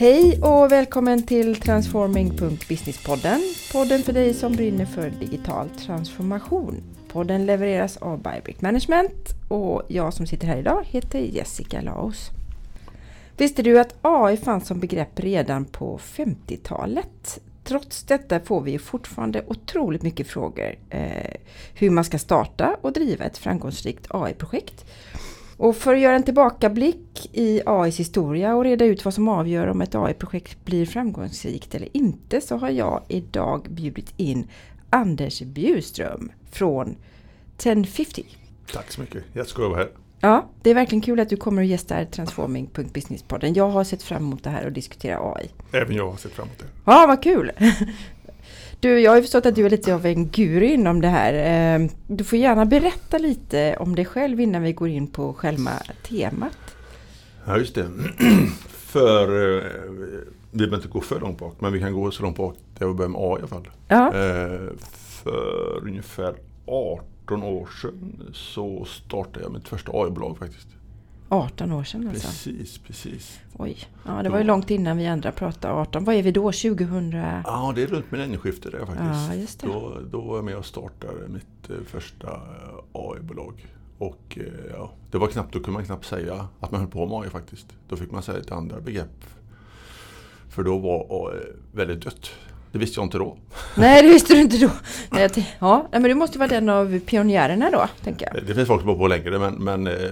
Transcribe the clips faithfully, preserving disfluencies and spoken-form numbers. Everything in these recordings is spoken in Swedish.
Hej och välkommen till Transforming punkt business-podden. Podden för dig som brinner för digital transformation. Podden levereras av Bybrick Management och jag som sitter här idag heter Jessica Laos. Visste du att A I fanns som begrepp redan på femtiotalet? Trots detta får vi fortfarande otroligt mycket frågor. Eh, hur man ska starta och driva ett framgångsrikt A I-projekt. Och för att göra en tillbakablick i A I:s historia och reda ut vad som avgör om ett A I-projekt blir framgångsrikt eller inte, så har jag idag bjudit in Anders Bjurström från ten fifty. Tack så mycket. Jag ska vara här. Ja, det är verkligen kul att du kommer och gästar Transforming punkt business-podden. Jag har sett fram emot det här och diskutera A I. Även jag har sett fram emot det. Ja, vad kul! Du, jag har ju förstått att du är lite av en guru inom det här. Du får gärna berätta lite om dig själv innan vi går in på själva temat. Ja, just det. För, vi behöver inte gå för långt bak, men vi kan gå så långt bak där vi börjar med A I i alla fall. Ja. För ungefär arton år sedan så startade jag mitt första A I-bolag faktiskt. arton år sedan alltså? Precis, precis. Oj, ja, det var ju långt innan vi andra pratade. arton, vad är vi då? tjugohundra? Ja, det är runt millennieskiftet där faktiskt. Ja, just det. Då, då var jag med och startade mitt eh, första eh, A I-bolag. Och eh, ja, det var knappt, då kunde man knappt säga att man höll på med A I faktiskt. Då fick man säga ett andra begrepp. För då var A I väldigt dött. Det visste jag inte då. Nej, det visste du inte då. Nej, jag t- ja, men du måste vara den av pionjärerna då, tänker jag. Det finns folk som har på längre, men, men eh,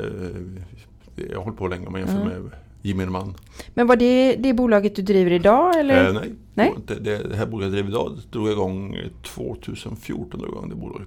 jag har hållit på länge om man jämför Mm. med gemene man. Men var det det bolaget du driver idag? Eller? Eh, nej, Nej? Det, det, det här bolaget jag driver idag drog jag igång tjugohundrafjorton drog jag igång det bolaget.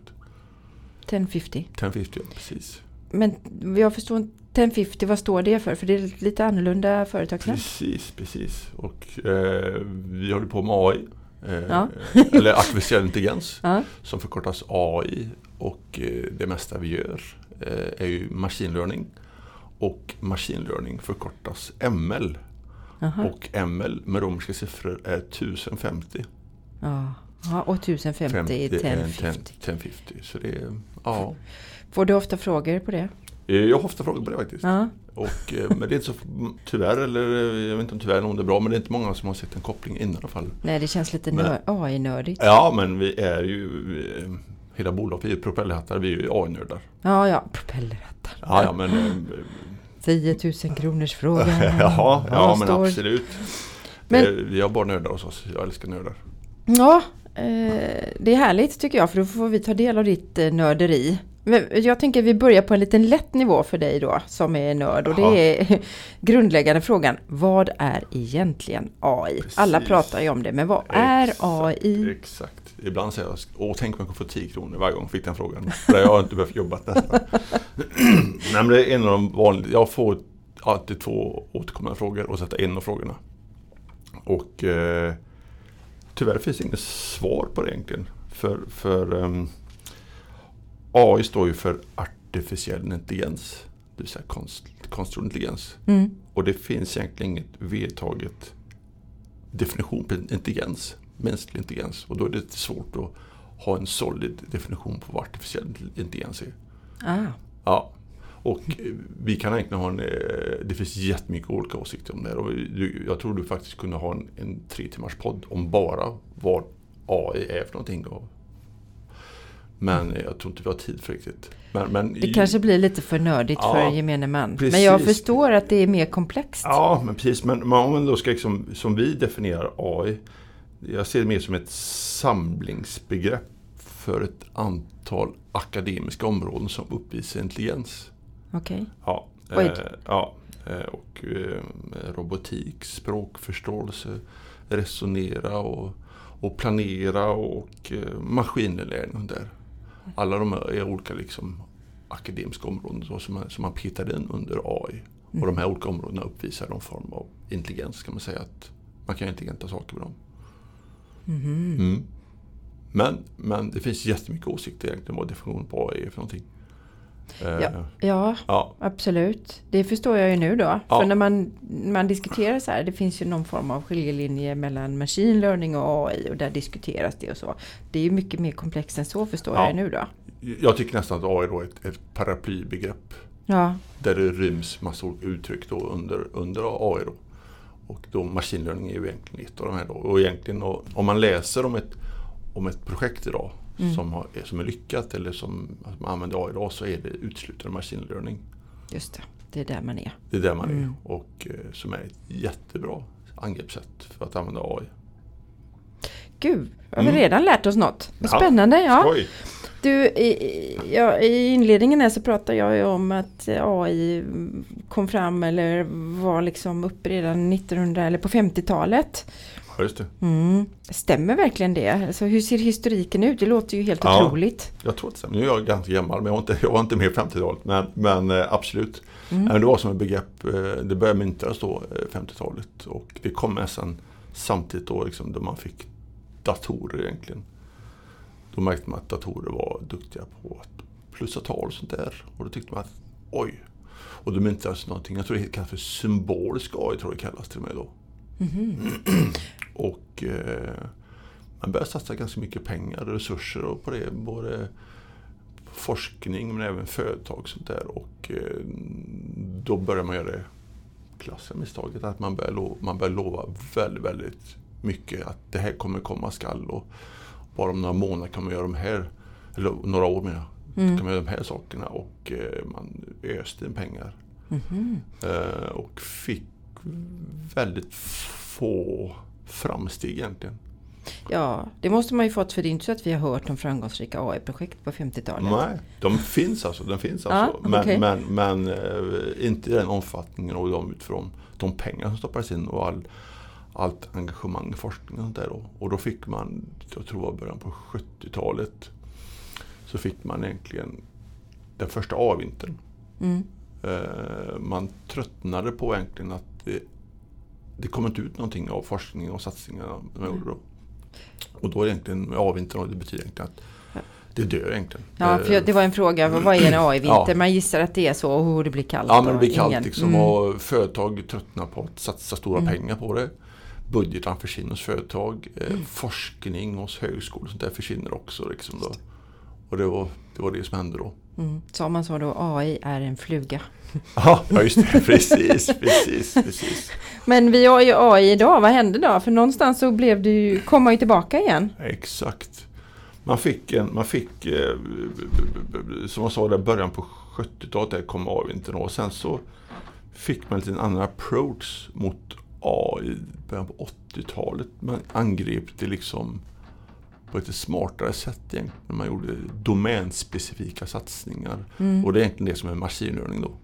ten fifty. ten fifty, precis. Men jag förstår, ten fifty, vad står det för? För det är lite annorlunda företagsnamn. Precis, precis. Och eh, vi håller på med A I. Eh, Ja. eller artificiell intelligens. Ja. Som förkortas A I. Och eh, det mesta vi gör eh, är ju machine learning. Och machine learning förkortas M L. Aha. Och M L med romerska siffror är tusen femtio. Ja. Ja, och tusen femtio är ten fifty. ten fifty. Så det är, ja. Får du ofta frågor på det? Jag har ofta frågor på det faktiskt. Ja. Och, men det är inte så, tyvärr, eller jag vet inte om tyvärr om det är bra, men det är inte många som har sett en koppling innan i alla fall. Nej, det känns lite Men- nör- A I-nördigt. Ja, men vi är ju, eh, hela bolaget, vi är ju propellerhattar, vi är ju A I-nördar. Ja, ja, propellerhattar. Ja, ja, men... eh, tio tusen kronors fråga. ja, ja, men står- absolut. Men- Eh, Vi har bara nördar hos oss, jag älskar nördar. Ja, eh, det är härligt tycker jag, för då får vi ta del av ditt eh, nörderi. Men jag tänker att vi börjar på en liten lätt nivå för dig då, som är nörd. Och det Jaha. är grundläggande frågan, vad är egentligen A I? Precis. Alla pratar ju om det, men vad är A I? Exakt. Ibland säger jag, åh tänk om jag kan få tio kronor varje gång jag fick den frågan. För det har jag inte behövt jobba nästan. Nej, men det är en av de vanliga, jag får alltid två återkommande frågor och sätta in av frågorna. Och eh, tyvärr finns inget svar på det egentligen. För, för um, A I står ju för artificiell intelligens, det vill säga konst, konstgjord intelligens. Mm. Och det finns egentligen inget vedtaget definition på intelligens, mänsklig intelligens. Och då är det lite svårt att ha en solid definition på vad artificiell intelligens är. Ah. Ja, och eh, vi kan egentligen ha en, eh, det finns jättemycket olika åsikter om det här. Och du, jag tror du faktiskt kunde ha en, en tre timmars podd om bara vad A I är för någonting. Och, men eh, jag tror inte vi har tid för riktigt. Men, men Det i- kanske blir lite för nördigt Ja, för gemene man. precis. Men jag förstår att det är mer komplext. Ja, men precis. Men men om man då ska liksom, som vi definierar A I, jag ser det mer som ett samlingsbegrepp för ett antal akademiska områden som uppvisar intelligens. Okej. Ja, Oj. eh, ja eh, och eh, robotik, språkförståelse, resonera och, och planera och eh, maskininlärning där. Alla de är olika liksom akademiska områden så, som, man, som man petar in under A I. Mm. Och de här olika områdena uppvisar någon form av intelligens, kan man säga, att man kan intelligenta saker med dem. Mhm. Mm. Men, men det finns jättemycket åsikter egentligen vad definitionen på A I är för någonting. Eh, Ja, ja, ja. absolut. Det förstår jag ju nu då. Ja. För när man, man diskuterar så här, det finns ju någon form av skiljelinje mellan machine learning och A I och där diskuteras det och så. Det är ju mycket mer komplext än så, förstår Ja. jag ju nu då. Jag tycker nästan att A I då är ett, ett paraplybegrepp Ja, där det ryms massa olika uttryck då under, under A I då. Och då machine learning är ju egentligen ett av de här då. Och egentligen om man läser om ett, om ett projekt idag mm. som, har, som är lyckat eller som man använder A I idag, så är det uteslutande machine learning. Just det, det är där man är. Det är där man mm. är och eh, som är ett jättebra angreppssätt för att använda A I. Gud, har vi mm. redan lärt oss något? Vad ja, spännande, ja. Skoj. Du, i, ja, i inledningen här så pratade jag ju om att A I kom fram eller var liksom uppe redan nittonhundra eller på femtiotalet. Ja, just det. Mm. Stämmer verkligen det? Alltså, hur ser historiken ut? Det låter ju helt ja, otroligt. Jag tror att det stämmer. Nu är jag ganska gammal, men jag var inte, jag var inte med femtiotalet. Men, men eh, absolut. Mm. Det var som ett begrepp, eh, det började myntas då, eh, femtiotalet. Och det kom nästan samtidigt då, liksom, då man fick datorer egentligen. Då märkte man att datorer var duktiga på att plussa tal och sånt där. Och då tyckte man att, oj. Och då myntades någonting, jag tror det kallas för symbolisk A I, tror det kallas till mig då. Mm-hmm. och eh, man började satsa ganska mycket pengar och resurser och på det, både forskning men även företag och sånt där. Och eh, då började man göra det klassiska misstaget att man började, lo- man började lova väldigt, väldigt mycket att det här kommer komma skall och bara om några månader kan man göra de här, eller några år menar jag, mm. kan man göra de här sakerna och eh, man öste in pengar. Mm-hmm. Eh, och fick väldigt få framsteg egentligen. Ja, det måste man ju fått, för det är inte så att vi har hört om framgångsrika A I-projekt på femtiotalet. Nej, de finns alltså, de finns alltså. Ja, men, okay. men, men äh, inte i den omfattningen och de utifrån de pengar som stoppades in och all, allt engagemang i forskningen och där då. Och då fick man, jag tror det var början på sjuttiotalet, så fick man egentligen den första A I-vintern. Mm. Uh, man tröttnade på egentligen att det, det kom inte ut någonting av forskningen och satsningarna de mm. gjorde då. Och då är egentligen A I-vintern, det betyder egentligen att det dör egentligen. Ja, för det var en fråga, vad är en A I-vinter? Ja. Man gissar att det är så och hur det blir kallt. Ja, men det blir kallt ingen... liksom mm. och företag tröttnar på att satsa stora mm. pengar på det. Budgeten försvinner hos företag, mm. forskning hos högskolor och sånt där försvinner också liksom då. Och det var, det var det som hände då. Mm. Sa man så då, A I är en fluga? Ja, just det. Precis, precis, precis. Men vi har ju A I idag, vad hände då? För någonstans så blev det ju, kom man ju tillbaka igen. Exakt. Man fick en, man fick, eh, som jag sa där, början på sjuttiotalet där kom A I inte och sen så fick man en annan approach mot A I början på åttiotalet. Man angrep det liksom på ett smartare sätt egentligen. Man gjorde domänspecifika satsningar. Mm. Och det är egentligen det som är machine learning då.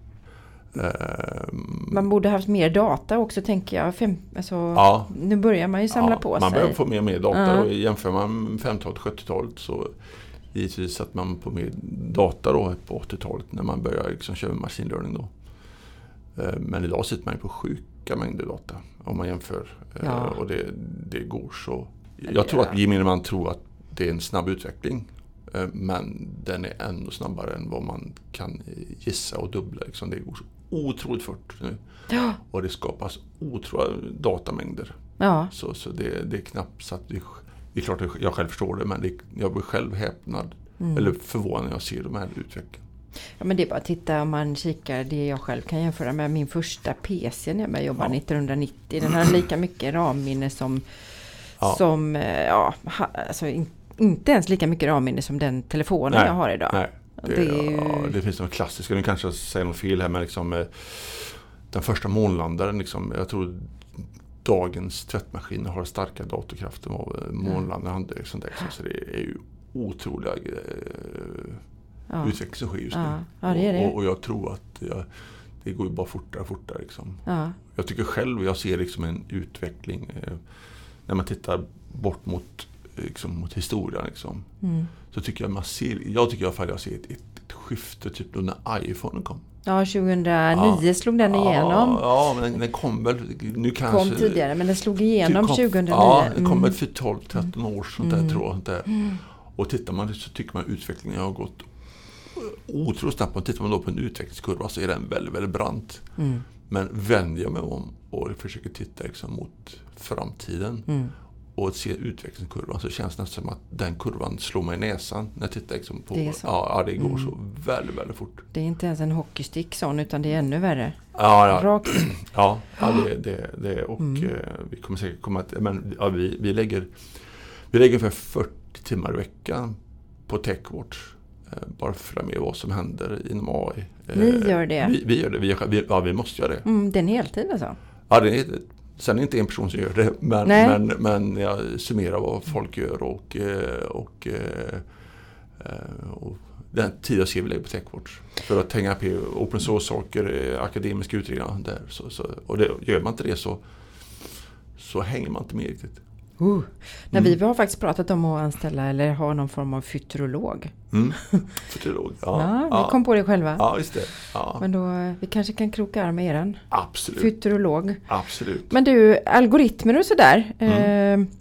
Um, man borde haft mer data också, tänker jag. Fem, alltså, ja, nu börjar man ju samla ja, på man sig. Man börjar få mer och mer data. Uh-huh. Och jämför man femtiotalet och sjuttiotalet så givetvis att man på mer data då på åttiotalet när man börjar liksom köra machine learning då. Uh, men idag sitter man ju på sjuka mängder data om man jämför. Uh, ja. Och det, det går så. Jag tror att gemene man tror att det är en snabb utveckling. Uh, men den är ändå snabbare än vad man kan gissa och dubbla. Liksom. Det går så otroligt fort nu. Ja. Och det skapas otroliga datamängder. Ja. Så, så det, det är knappt så att det, det är klart att jag själv förstår det, men det, jag blir själv häpnad mm. eller förvånad när jag ser de här utvecklingen. Ja, men det är bara att titta om man kikar det jag själv kan jämföra med min första P C när jag jobbade ja. nittonhundranittio. Den har lika mycket ramminne som, ja. som ja, alltså in, inte ens lika mycket ramminne som den telefonen nej, jag har idag. Nej. Det, det, är ju... ja, det finns något klassiskt, nu kanske jag säger något fel här, men liksom, eh, den första månlandaren, liksom, jag tror dagens tvättmaskiner har starka datorkrafter än vad månlandaren hade. Liksom, liksom, så det är ju otroliga eh, ja. utveckling som sker just nu. Ja. Ja, det är det. Och, och, och jag tror att jag, det går ju bara fortare och fortare. Liksom. Ja. Jag tycker själv, jag ser liksom en utveckling eh, när man tittar bort mot liksom, mot historien liksom. Mm. Så tycker jag man ser, jag tycker i alla fall jag ser ett, ett, ett skifte typ då när iPhone kom. Ja, tjugohundranio ja. slog den igenom. Ja, men den, den kom väl nu kanske kom tidigare, men den slog igenom kom, tjugohundranio. Ja, den kom väl för tolv tretton år sånt mm. där tror jag där. Mm. Och tittar man så tycker man utvecklingen har gått otroligt snabbt. Och tittar man då på en utvecklingskurva så är den väldigt väldigt brant. Mm. Men vänder jag mig om och försöker titta liksom mot framtiden. Mm. och se utvecklingskurvan så känns det nästan som att den kurvan slår mig i näsan när jag tittar liksom på... Det är så. Ja, ja, det går Mm. så väldigt, väldigt fort. Det är inte ens en hockeystick sån, utan det är ännu värre. Ja, ja. Rakt. Ja, ja det, det, det och Mm. eh, vi kommer säkert komma att... Men ja, vi, vi lägger vi lägger för fyrtio timmar i veckan på TechWatch. Eh, bara för att följa med vad som händer inom A I. Eh, Ni gör det? Vi, vi gör det. Vi, vi, ja, vi måste göra det. Mm, det är en heltid alltså? Ja, det är, sen är det inte en person som gör det, men, men, men jag summerar vad folk gör och, och, och, och den tid jag skriver lägger på TechWatch för att hänga på open source-saker, akademiska utredningar där. Så, så, och det, gör man inte det så, så hänger man inte med riktigt. Uh. När Mm. vi har faktiskt pratat om att anställa eller ha någon form av futurolog. Mm. Futurolog, ja. Ja, vi ja. kom på det själva. Ja, just det. Ja. Men då, vi kanske kan kroka arm med eran Absolut. futurolog. Absolut. Men du, algoritmer och sådär. Mm. Eh,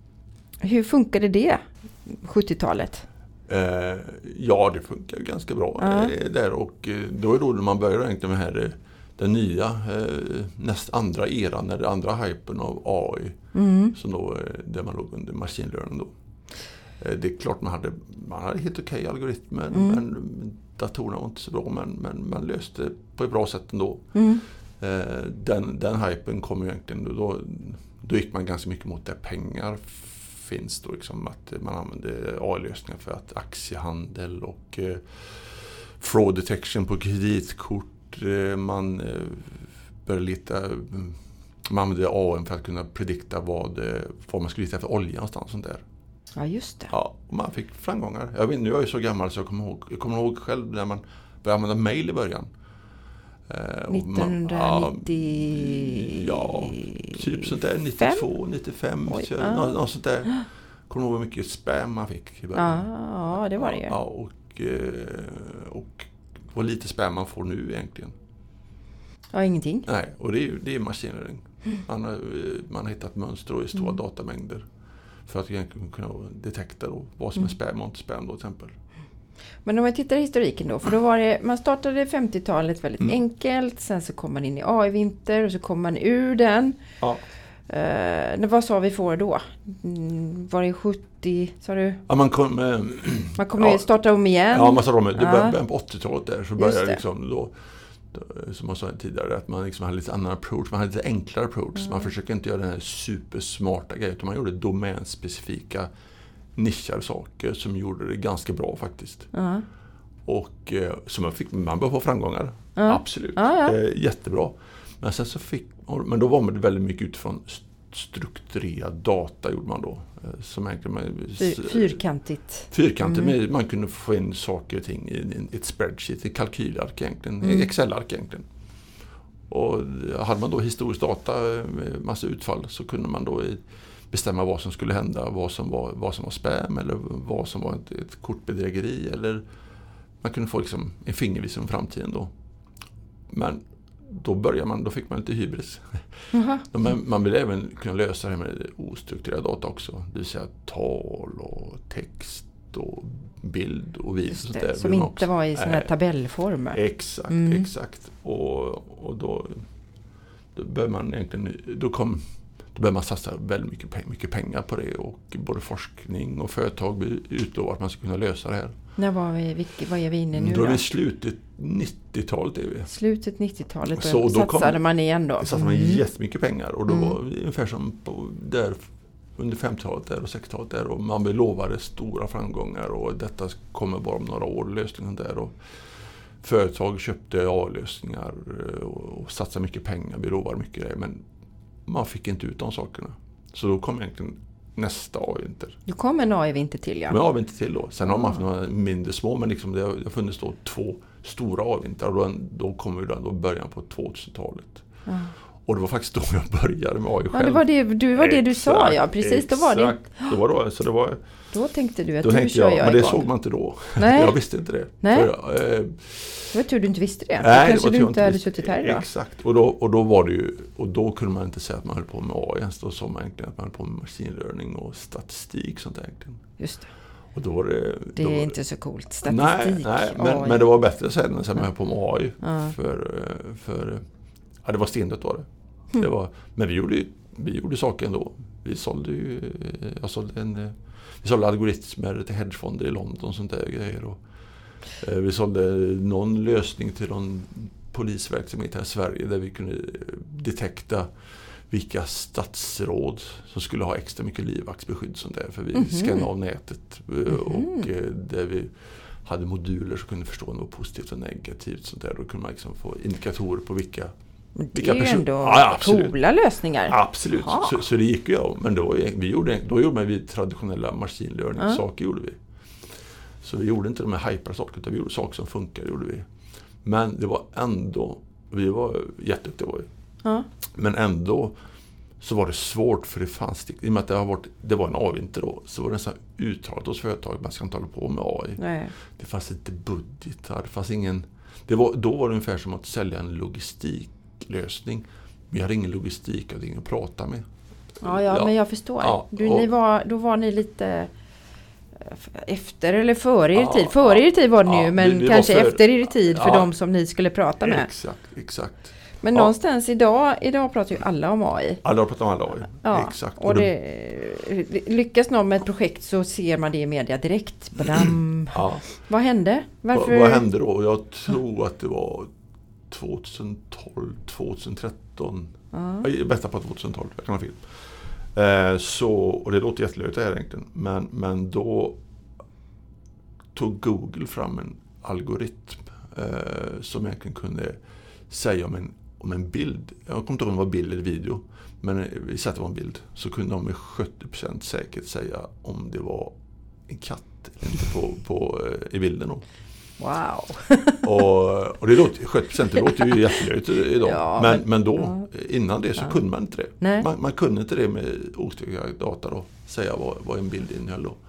hur funkade det sjuttiotalet? Eh, ja, det funkar ju ganska bra Ja. eh, där och eh, då är då när man börjar egentligen med här, eh, den nya eh, näst andra eran, eller andra hypen av A I Mm. som då, eh, där man låg under machine learning då. Eh, det är klart man hade, man hade helt okej algoritmer Mm. men datorerna var inte så bra men, men man löste på ett bra sätt ändå. Mm. Eh, den, den hypen kom ju egentligen då, då gick man ganska mycket mot där pengar finns då liksom att man använder A I-lösningar för att aktiehandel och eh, fraud detection på kreditkort, eh, man eh, började leta, man använde A I för att kunna predikta vad, eh, vad man skulle leta efter olja någonstans sånt där. Ja, just det. Ja, och man fick framgångar. Jag vet, nu är jag ju så gammal så jag kommer ihåg, jag kommer ihåg själv när man började använda mail i början. Eh, och man- nittonhundranittio... Ja, typ sånt där, nittiotvå, nittiofem, Oj, så, ja. något, något sånt där. Kommer ihåg hur mycket spam man fick i början. Ja, det var det ju. Ja, och, eh, och vad lite spam man får nu egentligen. Ja, ingenting. Nej, och det är ju det är machine learning. Man har, man har hittat mönster i stora Mm. datamängder för att egentligen kunna detekta då vad som är Mm. spam och inte spam då till exempel. Men om jag tittar i historiken då, för då var det, man startade femtiotalet väldigt Mm. enkelt, sen så kom man in i A I-vinter och så kom man ur den. Ja. Uh, vad sa vi får då? Mm, var det sjuttio, sa du? Ja, man kom, eh, Man kommer Ja. ju starta om igen. ja, man sa om det Ja. började på åttiotalet där så Just började det. liksom då, då, som jag sa tidigare, att man liksom hade lite annan approach, man hade lite enklare approach. Mm. Man försöker inte göra den här supersmarta grejen, utan man gjorde domänspecifika nischade saker som gjorde det ganska bra faktiskt. Ja. Och eh, så man fick, man började få framgångar. Ja. Absolut. Ja, ja. Eh, jättebra. Men sen så fick, men då var man väldigt mycket utifrån st- strukturerad data gjorde man då. Eh, som egentligen man, Fyr, fyrkantigt. Fyrkantigt, Mm. men man kunde få in saker och ting i, i ett spreadsheet, ett kalkylark egentligen, Mm. Excel-ark egentligen. Och hade man då historisk data med massa utfall så kunde man då i, bestämma vad som skulle hända, vad som var, vad som var spam eller vad som var ett, ett kortbedrägeri eller man kunde få liksom en fingervisning om framtiden då. Men då började man, då fick man lite hybris. Jaha. Men man vill även kunna lösa det med ostrukturerad data också. Det vill säga tal och text och bild och video. Just Och det, sånt där. som Vill man inte också. var i såna här Nej. tabellformer. Exakt, Mm. exakt. Och, och då, då bör man egentligen, då kom då bör man satsa väldigt mycket, peng- mycket pengar på det och både forskning och företag utlovar att man ska kunna lösa det här. När var vi, vilk, vad är vi inne nu Då är då? vi i slutet nittiotalet är vi. Slutet nittiotalet, Så och då kom- satsade man igen då. Det satsade man jättemycket pengar och då Mm. var det ungefär som på, där under femtiotalet där och sextiotalet där och man lovade stora framgångar och detta kommer bara om några år, lösningen där och företag köpte A-lösningar och, och satsade mycket pengar, vi lovade mycket där, men man fick inte ut de sakerna. Så då kom egentligen nästa A-vinter. Du kom en A I-vinter till, ja. Men A-vinter till då. Sen har man haft Ah. några mindre små, men liksom det har, det har funnits då två stora A-vintrar och då, då kommer vi då början på tvåtusentalet. Ja. Och det var faktiskt då jag började med A I själv. Ja, det var det du, var det du sa, Exakt, ja. Precis, då var det. exakt. Då var det, så det var, Då tänkte du att då nu tänkte kör jag, jag, men det igång. såg man inte då. Nej. Jag visste inte det. Nej. För, eh, Det var tur du inte visste det. nej, Då kanske det var du tur jag inte hade visste. suttit här idag. Exakt. Och då, och då var det ju, och då kunde man inte säga att man höll på med A I ens. Då sa man egentligen att man höll på med machine learning och statistik sånt där egentligen. Just det. Och då var det, Det då är var inte så coolt. Statistik. Nej, nej A men, I. men det var bättre sen än att man höll på med A I. Ja. För, för, ja, det var stendött var det. Mm. det var, men vi gjorde, vi gjorde saker ändå. Vi sålde ju, jag sålde en, vi sålde algoritmer till hedgefonder i London och sånt där grejer. Och, eh, vi sålde någon lösning till någon polisverksamhet här i Sverige där vi kunde detekta vilka statsråd som skulle ha extra mycket livvaktsbeskydd sånt där. För vi mm-hmm. skannade av nätet mm-hmm. och eh, där vi hade moduler som kunde förstå om det var positivt och negativt sånt där. Då kunde man liksom få indikatorer på vilka Det är ju ändå ja, coola lösningar. Absolut, så, så det gick ju ja. Men då, vi gjorde, då gjorde vi traditionella machine learning-saker. Ja. Gjorde vi. Så vi gjorde inte de här hyper saker utan vi gjorde saker som funkar. Gjorde vi. Men det var ändå, vi var jätteduktiga var vi. Ja. Men ändå så var det svårt för det fanns, i och med att det, har varit, det var en A I-vinter då, så var det nästan uttalat hos företag man ska inte hålla på med A I. Nej. Det fanns inte budgetar, det fanns ingen, det var, då var det ungefär som att sälja en logistiklösning. Vi hade ingen logistik, jag hade ingen att prata med. Ja, ja, ja. Men jag förstår. Ja, du, och, ni var, då var ni lite efter eller före er ja, tid. Före ja, er tid var det ja, ju, men det, det kanske för, efter er tid för ja, de som ni skulle prata med. Exakt, exakt. Men ja. någonstans idag, idag pratar ju alla om A I. Alla pratar om alla A I, ja. Exakt. Och, och det, lyckas någon med ett projekt så ser man det i media direkt. Bram. Ja. Vad hände? Varför? Vad, vad hände då? Jag tror att det var tjugotolv, tjugotretton. Ja. Jag är bästa på tjugotolv, jag kan ha fel. Eh, så, och det låter jättelöjligt här egentligen. Men, men då tog Google fram en algoritm eh, som egentligen kunde säga om en, om en bild. Jag kommer inte ihåg om det var bild eller video. Men vi satte det var en bild. Så kunde de med sjuttio procent säkert säga om det var en katt eller inte på, på, i bilden. Då. Wow. och, och det låter, sjuttio procent det låter ju jättelöjligt idag. Ja, men, men, men då, ja. innan det så ja. kunde man inte det. Man, man kunde inte det med ostrukturerad data då. Säga vad, vad en bild innehöll då.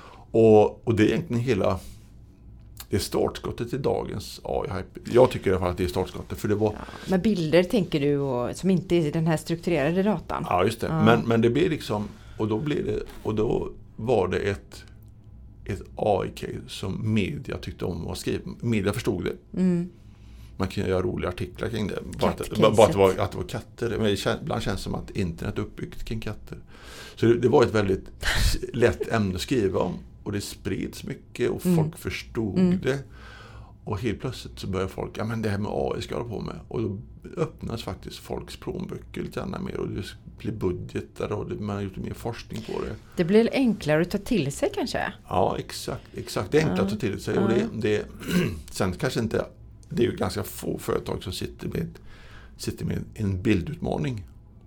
Och, och det är egentligen hela det är startskottet i dagens A I-hype. Jag tycker i alla fall att det är startskottet. För det var... Ja, men bilder tänker du och, som inte är den här strukturerade datan. Ja, just det. Ja. Men, men det blir liksom, och då blir det, och då var det ett, ett A I-case som media tyckte om att skriva. Media förstod det. Mm. Man kan göra roliga artiklar kring det. Bara att, bara att, det var, att det var katter. Men ibland känns det som att internet är uppbyggt kring katter. Så det, det var ett väldigt lätt ämne att skriva om. Och det spreds mycket och folk mm. förstod mm. det. Och helt plötsligt så började folk, ja men det här med A I ska jag hålla på med. Och då öppnas faktiskt folks plånböcker lite grann mer. Och det blir budgetar och det, man har gjort mer forskning på det. Det blir enklare att ta till sig kanske? Ja, exakt. exakt. Det är enklare ja. att ta till sig. Ja. Och det, det, sen kanske inte, det är ju ganska få företag som sitter med, sitter med en bildutmaning.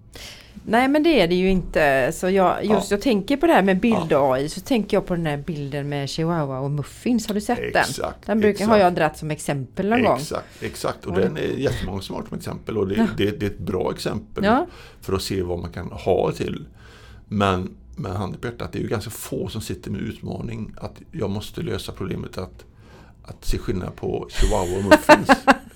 Nej, men det är det ju inte. Så jag, just ja. jag tänker på det här med bild-A I ja. så tänker jag på den här bilden med Chihuahua och Muffins. Har du sett exakt, den? Den brukar, exakt. har jag dratt som exempel någon exakt, gång. Exakt, och ja. den är jättemånga som har som exempel. Och det, ja. det, det är ett bra exempel ja. för att se vad man kan ha till. Men, men han är att det är ju ganska få som sitter med utmaning att jag måste lösa problemet att, att se skillnad på Chihuahua och Muffins.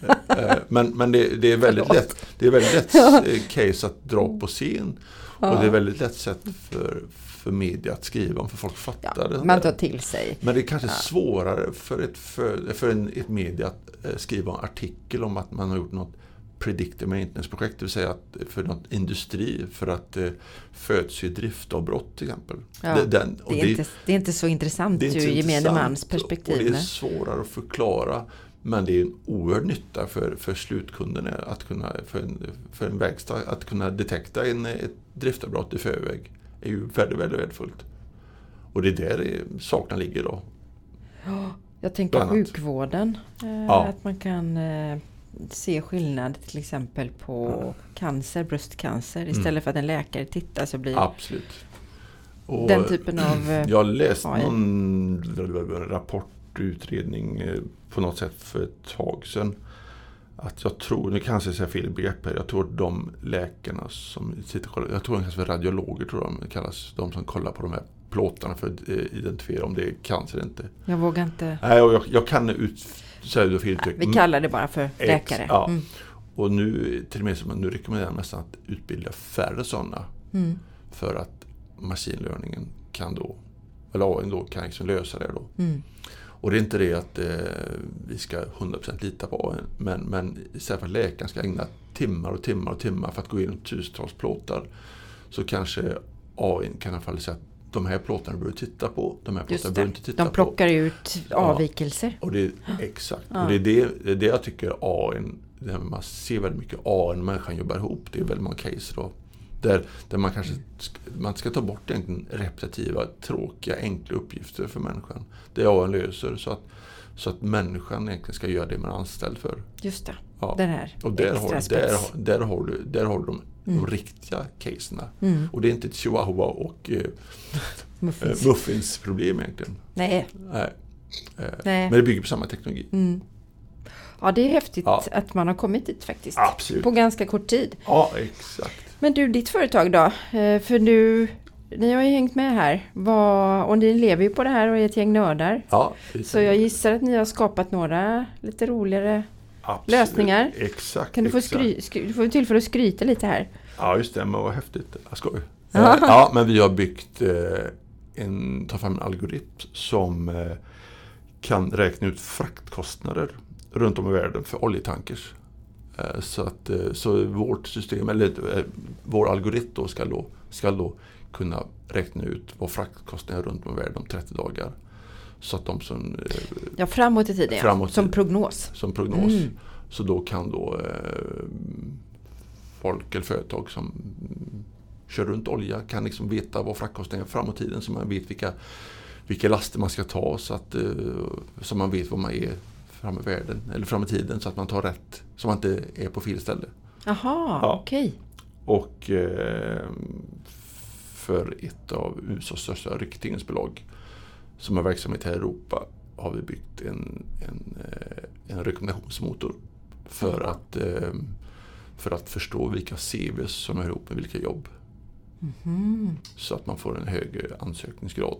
Men, men det, det är väldigt lätt det är väldigt lätt ja. case att dra på scen ja. och det är väldigt lätt sätt för, för media att skriva om för folk fattar ja, det. Man tar till sig. Men det är kanske ja. svårare för ett, för, för en, ett media att skriva en artikel om att man har gjort något predictive maintenance-projekt, det vill säga att för något industri för att eh, föds ju driftavbrott till exempel. Ja, det, den, och det, är det, inte, det är inte så intressant ur gemene mans perspektiv. Och det är svårare att förklara. Men det är en oerhörd nytta för, för slutkunderna att kunna, för en, för en verkstad att kunna detekta en, ett driftavbrott i förväg är ju väldigt, väldigt värdefullt. Och det är där det, sakerna ligger då. Ja, jag tänker på sjukvården. Eh, ja. Att man kan eh, se skillnad till exempel på ja. cancer, bröstcancer. Istället mm. för att en läkare tittar så blir absolut. Och den typen av... Eh, jag läste någon rapport utredning på något sätt för ett tag sedan att jag tror, nu kanske jag säger fel begrepp här, jag tror att de läkarna som sitter, jag tror de kanske är radiologer tror de kallas, de som kollar på de här plåtarna för att identifiera om det är cancer eller inte. Jag vågar inte. Nej, jag, jag kan ut säga det fel. Ja, vi kallar det bara för läkare. Ja. Mm. Och nu till och med som nu rekommenderar nästan att utbilda färre sådana mm. för att maskinlärningen kan då, eller A I då kan liksom lösa det då. Mm. Och det är inte det att eh, vi ska hundra procent lita på A I, men, men istället för att läkaren ska ägna timmar och timmar och timmar för att gå igenom tusentals plåtar så kanske A I kan i alla fall säga att de här plåtarna behöver titta på, de här plåtarna behöver inte titta de plockar på. ut avvikelser. Ja, och det, exakt. Ja. Och det är det, det är det jag tycker A I, där man ser väldigt mycket A I när människan jobbar ihop. Det är väldigt många case då. Där, där man kanske man ska ta bort egentligen repetitiva, tråkiga, enkla uppgifter för människan. Det A I löser så att, så att människan egentligen ska göra det man är anställd för. Just det, ja. Den här och där extra har, spets. där, där, har du, där har du de, Mm. de riktiga caserna. Mm. Och det är inte ett chihuahua och eh, Muffins. muffins problem egentligen. Nej. Nej. Eh, Nej. Men det bygger på samma teknologi. Mm. Ja, det är häftigt Ja. att man har kommit dit faktiskt. Absolut. På ganska kort tid. Ja, exakt. Men du, ditt företag då? Eh, För du, ni har ju hängt med här. Vad, och ni lever ju på det här och är ett gäng nördar. Ja, Så jag gissar att ni har skapat några lite roligare absolut. lösningar. Exakt. Kan du få, exakt. skry, skry, du får tillfälle att skryta lite här. Ja, just det. Men vad häftigt. Jag skojar. Ja. Eh, ja, men vi har byggt eh, en, ta fram en algoritm som eh, kan räkna ut fraktkostnader runt om i världen för oljetankers. Eh, så att eh, så vårt system, eller eh, vår algoritm då ska, då ska då kunna räkna ut vad fraktkostnader runt om i världen om trettio dagar. Så att de som... Eh, Ja, framåt i tiden. Ja. Framåt i Som tiden. prognos. som prognos. Mm. Så då kan då eh, folk eller företag som kör runt olja kan liksom veta vad fraktkostnaden är framåt i tiden, så man vet vilka, vilka laster man ska ta, så att eh, så man vet vad man är fram i världen eller fram i tiden, så att man tar rätt, så man inte är på fel ställe. Jaha, Ja. okej. Och eh, för ett av U S A:s största ryktingensbolag som har verksamhet här i Europa har vi byggt en, en, eh, en rekommendationsmotor för att, eh, för att förstå vilka C Vs som är ihop med vilka jobb. Mhm. Så att man får en högre ansökningsgrad.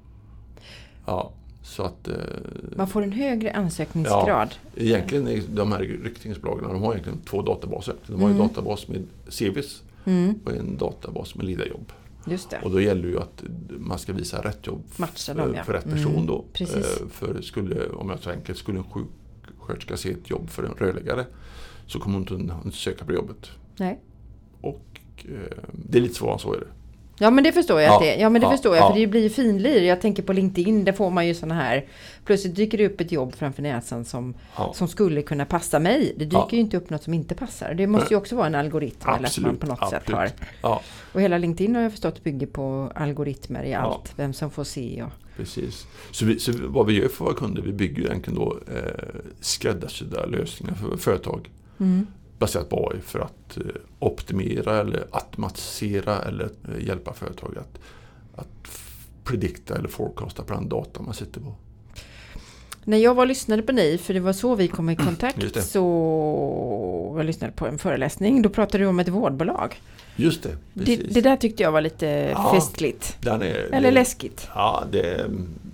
Ja, så att... Eh, Man får en högre ansökningsgrad. egentligen är de här ryktingensbolagen, de har egentligen två databaser. De har Mm. en databas med C Vs Mm, och en databas med ledarjobb. just det. Och då gäller ju att man ska visa rätt jobb Matcha för, dem, ja. för rätt person Mm, då. precis. Eh, För skulle, om jag så enkelt, skulle en sjuksköterska se ett jobb för en rörläggare, så kommer hon inte att söka på jobbet. Nej. Och eh, det är lite svårare än så är det. Ja, men det förstår jag. Ja, Att det, ja, men det ja, förstår jag. ja. För det blir ju finlir. Jag tänker på LinkedIn. Där får man ju såna här. Plötsligt dyker det upp ett jobb framför näsan som, Ja. som skulle kunna passa mig. Det dyker Ja. ju inte upp något som inte passar. Det måste ju också vara en algoritm. Eller att man Absolut, på något absolut. sätt har. Ja, Och hela LinkedIn har jag förstått bygger på algoritmer i Ja. allt. Vem som får se och... precis. Så, vi, så vad vi gör för våra kunder, vi bygger egentligen då eh, skräddarsydda lösningar för företag. Mm. Baserat på A I för att eh, optimera eller automatisera eller eh, hjälpa företag att, att f- predikta eller forecasta på den data man sitter på. När jag var och lyssnade på dig, för det var så vi kom i Just kontakt, det. så jag lyssnade på en föreläsning. Då pratade du om ett vårdbolag. Just det, Det, precis. det där tyckte jag var lite Ja. festligt. Den är, Eller det, läskigt. Ja, det,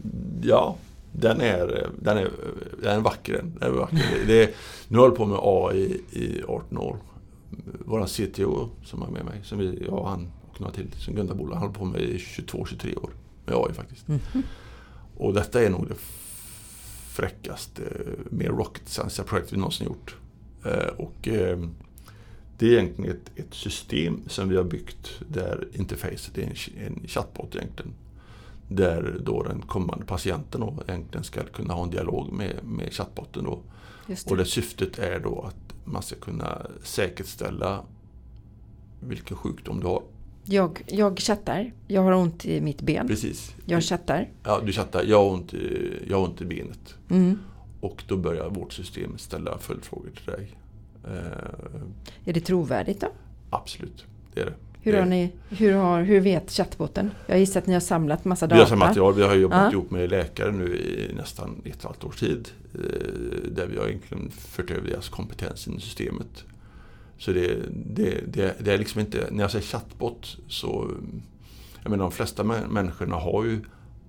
ja den, är, den, är, den är vacker. Den är vacker. Det är, nu håller jag på med A I i arton år. Vår C T O som är med mig, som vi, jag och han och några till, som Gunnar Bola, håller på med i tjugotvå tjugotre år med A I faktiskt. Mhm. Och detta är nog det fräckaste, mer rocket science-projekt vi någonsin gjort. Eh, och eh, det är egentligen ett, ett system som vi har byggt där interfacet är en, en chatbot egentligen. Där då den kommande patienten då egentligen ska kunna ha en dialog med, med chatbotten då. Just Och det. det syftet är då att man ska kunna säkerställa vilken sjukdom du har. Jag, jag chattar. Jag har ont i mitt ben. Precis. Jag chattar. Ja, du chattar. Jag har ont i, jag har ont i benet. Mm. Och då börjar vårt system ställa följdfrågor till dig. Eh, Är det trovärdigt då? absolut, det är det. Hur, det har ni, hur, har, hur vet chattbotten? Jag gissar att ni har samlat massa Vi data. har samma material. Vi har jobbat Ja. ihop med läkare nu i nästan ett och ett halvt års tid. Eh, där vi har egentligen fört över deras kompetens i systemet. Så det, det, det, det är liksom inte... När jag säger chatbot så... Jag menar, de flesta mä- människorna har ju...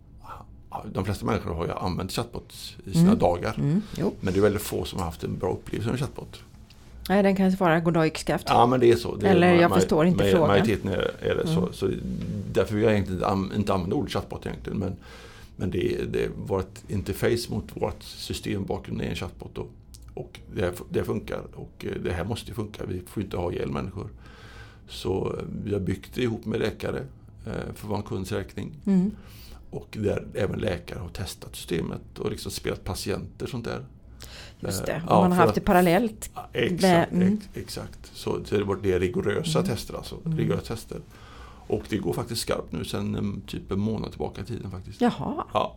De flesta människor har ju använt chatbot i sina Mm. dagar. Mm, jo. Men det är väldigt få som har haft en bra upplevelse med chatbot. Nej, den kan svara goddag yxskaft. Ja, men det är så. Det är, Eller jag ma- förstår inte ma- frågan. Majoriteten är, är det så. Mm. så. Därför vill jag egentligen inte, an- inte använda ordet chatbot egentligen. Men, men det är, det är vårt interface mot vårt system bakgrund är en chatbot då. Och det, det funkar. Och det här måste ju funka. Vi får inte ha ihjäl människor. Så vi har byggt det ihop med läkare. för att vara en kunds räkning. Mm. Och där även läkare har testat systemet och liksom spelat patienter och sånt där. Just det, och ja, man har haft att, det parallellt. Ja, exakt, mm. ex, exakt. Så, så det var det rigorösa Mm. tester alltså. Mm. Rigorösa tester. Och det går faktiskt skarpt nu sedan typ en månad tillbaka i tiden faktiskt. Jaha. Ja.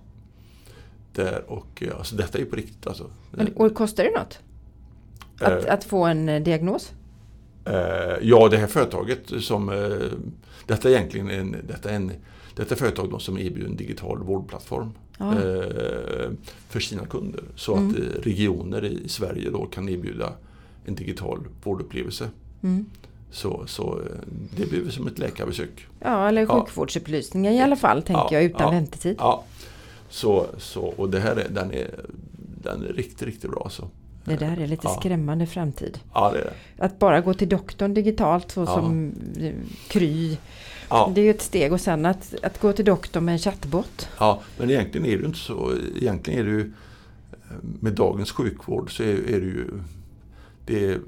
Där och alltså detta är ju på riktigt alltså. Men, och kostar det något? Att, Eh, att få en eh, diagnos? eh, ja, det här företaget som eh, detta är egentligen en, detta är en detta är företag då som erbjuder en digital vårdplattform Ja. eh, för sina kunder. Så Mm. att eh, regioner i Sverige då kan erbjuda en digital vårdupplevelse. Mm. Så, så eh, det blir som ett läkarbesök. Ja, eller Ja. sjukvårdsupplysningar i alla fall, tänker Ja, jag, utan ja, väntetid. Ja, så, så, och det här är, den, är, den är riktigt, riktigt bra. Så. Det där är lite Ja. skrämmande framtid. Ja, det är det. Att bara gå till doktorn digitalt så Ja. som eh, Kry. Ja. Det är ju ett steg, och sen att, att gå till doktorn med en chattbot. Ja, men egentligen är det ju inte så. Egentligen är det ju med dagens sjukvård så är, är det ju det är,